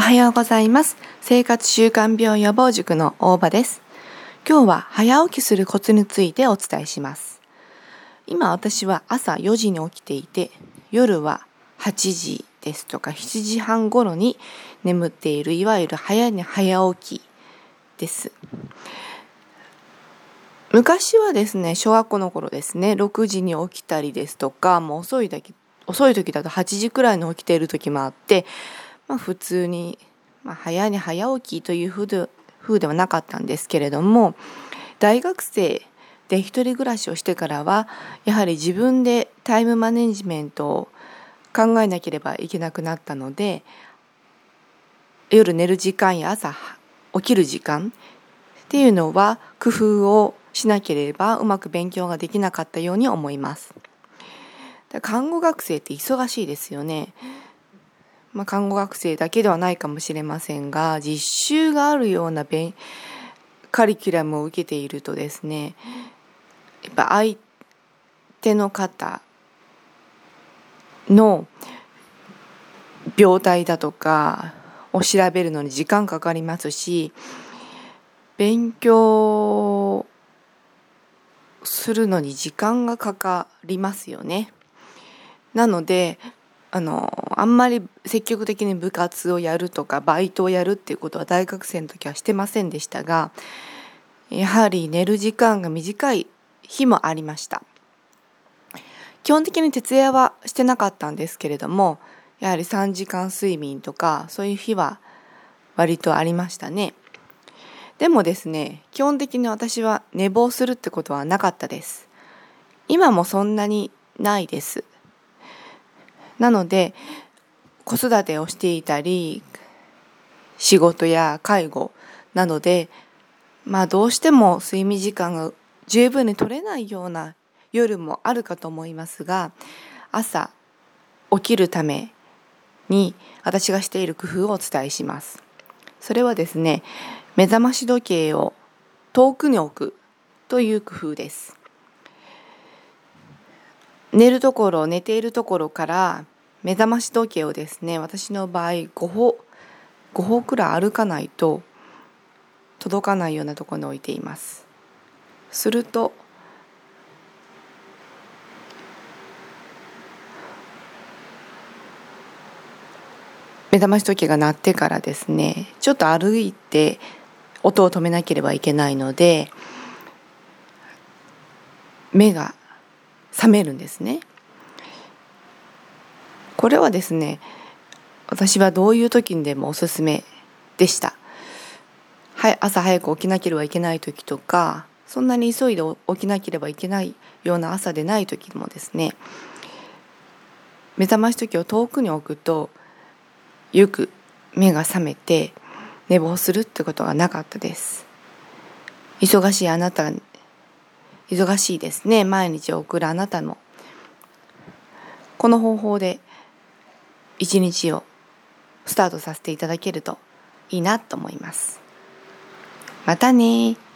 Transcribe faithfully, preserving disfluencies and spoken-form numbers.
はようございます。生活習慣病予防塾の大場です。今日は早起きするコツについてお伝えします。今私は朝よじに起きていて、夜ははちじですとかしちじはん頃に眠っている、いわゆる早寝早起きです。昔はですね、小学校の頃ですね、ろくじに起きたりですとか、もう遅いだけ遅い時だとはちじくらいに起きている時もあって、まあ、普通に、まあ、早寝早起きというふうで、風ではなかったんですけれども、大学生で一人暮らしをしてからはやはり自分でタイムマネジメントを考えなければいけなくなったので、夜寝る時間や朝起きる時間っていうのは工夫をしなければうまく勉強ができなかったように思います。看護学生って忙しいですよね。まあ、看護学生だけではないかもしれませんが、実習があるような勉カリキュラムを受けているとですね、やっぱ相手の方の病態だとかを調べるのに時間かかりますし、勉強するのに時間がかかりますよね。なのであのあんまり積極的に部活をやるとかバイトをやるっていうことは大学生の時はしてませんでしたが、やはり寝る時間が短い日もありました。基本的に徹夜はしてなかったんですけれども、やはりさんじかん睡眠とかそういう日は割とありましたね。でもですね、基本的に私は寝坊するってことはなかったです。今もそんなにないです。なので子育てをしていたり仕事や介護などで、まあどうしても睡眠時間が十分に取れないような夜もあるかと思いますが、朝起きるために私がしている工夫をお伝えします。それはですね、目覚まし時計を遠くに置くという工夫です。寝るところ、寝ているところから目覚まし時計をですね、私の場合ご歩、ご歩くらい歩かないと届かないようなところに置いています。すると目覚まし時計が鳴ってからですね、ちょっと歩いて音を止めなければいけないので、目が覚めるんですね。これはですね、私はどういう時にでもおすすめでした。はい、朝早く起きなければいけない時とか、そんなに急いで起きなければいけないような朝でない時もですね、目覚まし時計を遠くに置くとよく目が覚めて寝坊するってことがなかったです。忙しいあなた、忙しいですね、毎日を送るあなたもこの方法で一日をスタートさせていただけるといいなと思います。またね。